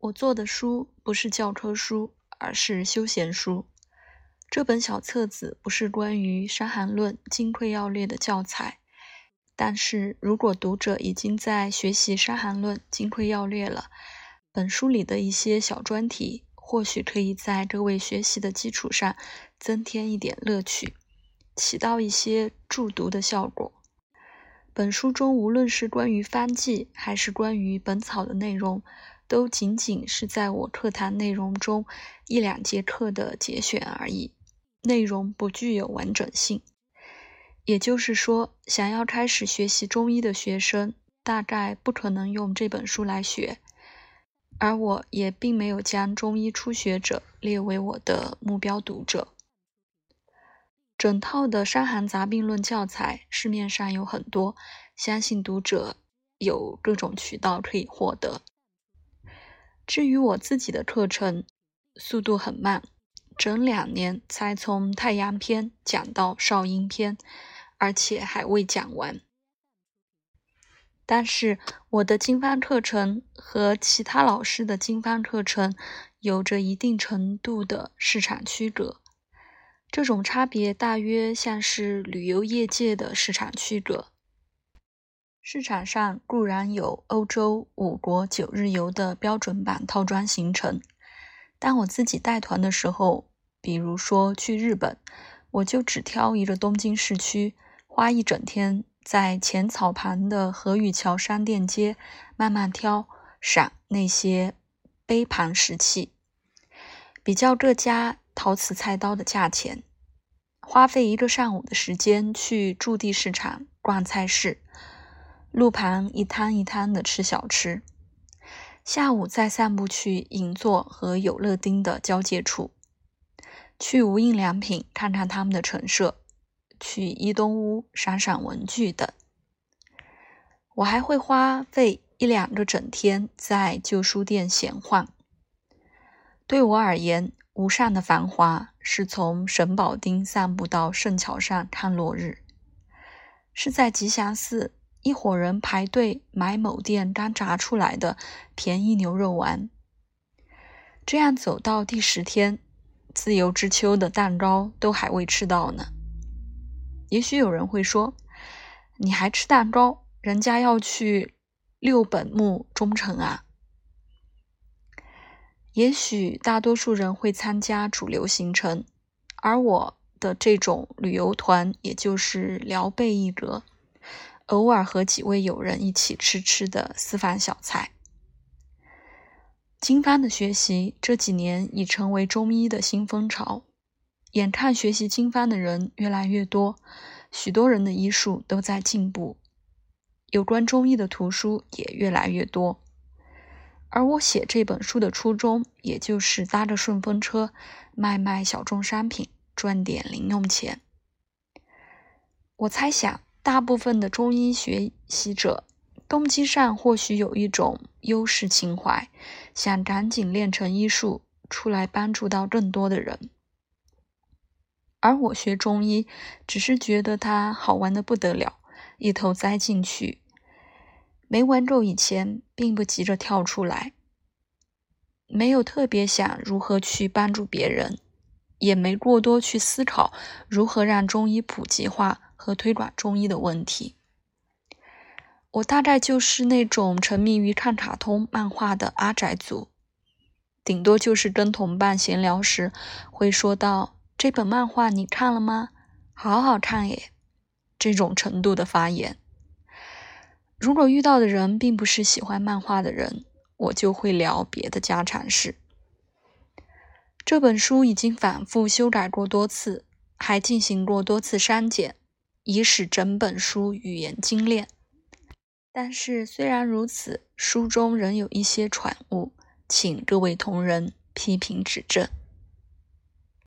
我做的书不是教科书，而是休闲书。这本小册子不是关于《伤寒论》金匮要略的教材，但是如果读者已经在学习《伤寒论》金匮要略了，本书里的一些小专题或许可以在这位学习的基础上增添一点乐趣，起到一些助读的效果。本书中无论是关于方剂还是关于本草的内容，都仅仅是在我课堂内容中一两节课的节选而已，内容不具有完整性。也就是说，想要开始学习中医的学生，大概不可能用这本书来学，而我也并没有将中医初学者列为我的目标读者。整套的《伤寒杂病论》教材市面上有很多，相信读者有各种渠道可以获得。至于我自己的课程，速度很慢，整2年才从太阳篇讲到少阴篇，而且还未讲完。但是我的经方课程和其他老师的经方课程有着一定程度的市场区隔，这种差别大约像是旅游业界的市场区隔。市场上固然有欧洲5国9日游的标准版套装行程，但我自己带团的时候，比如说去日本，我就只挑一个东京市区，花1整天在浅草旁的河宇桥商店街慢慢挑赏那些杯盘石器，比较各家陶瓷菜刀的价钱，花费1个上午的时间去驻地市场逛菜市，路旁一摊一摊的吃小吃，下午再散步去银座和有乐町的交界处，去无印良品看看他们的陈设，去伊东屋赏赏文具等。我还会花费1-2个整天在旧书店闲晃。对我而言，无上的繁华是从神保町散步到圣桥上看落日，是在吉祥寺一伙人排队买某店刚炸出来的便宜牛肉丸。这样走到第10天，自由之丘的蛋糕都还未吃到呢。也许有人会说，你还吃蛋糕，人家要去6本木中城啊。也许大多数人会参加主流行程，而我的这种旅游团也就是聊备一格，偶尔和几位友人一起吃的私房小菜。经方的学习这几年已成为中医的新风潮，眼看学习经方的人越来越多，许多人的医术都在进步，有关中医的图书也越来越多。而我写这本书的初衷，也就是搭着顺风车卖小众商品，赚点零用钱。我猜想大部分的中医学习者动机上或许有一种优势情怀，想赶紧练成医术出来帮助到更多的人。而我学中医只是觉得它好玩得不得了，一头栽进去，没玩够以前并不急着跳出来，没有特别想如何去帮助别人，也没过多去思考如何让中医普及化和推广中医的问题。我大概就是那种沉迷于看卡通漫画的阿宅族，顶多就是跟同伴闲聊时会说到，这本漫画你看了吗？好好看耶，这种程度的发言。如果遇到的人并不是喜欢漫画的人，我就会聊别的家常事。这本书已经反复修改过多次，还进行过多次删减，以使整本书语言精炼。但是虽然如此，书中仍有一些喘误，请各位同仁批评指正。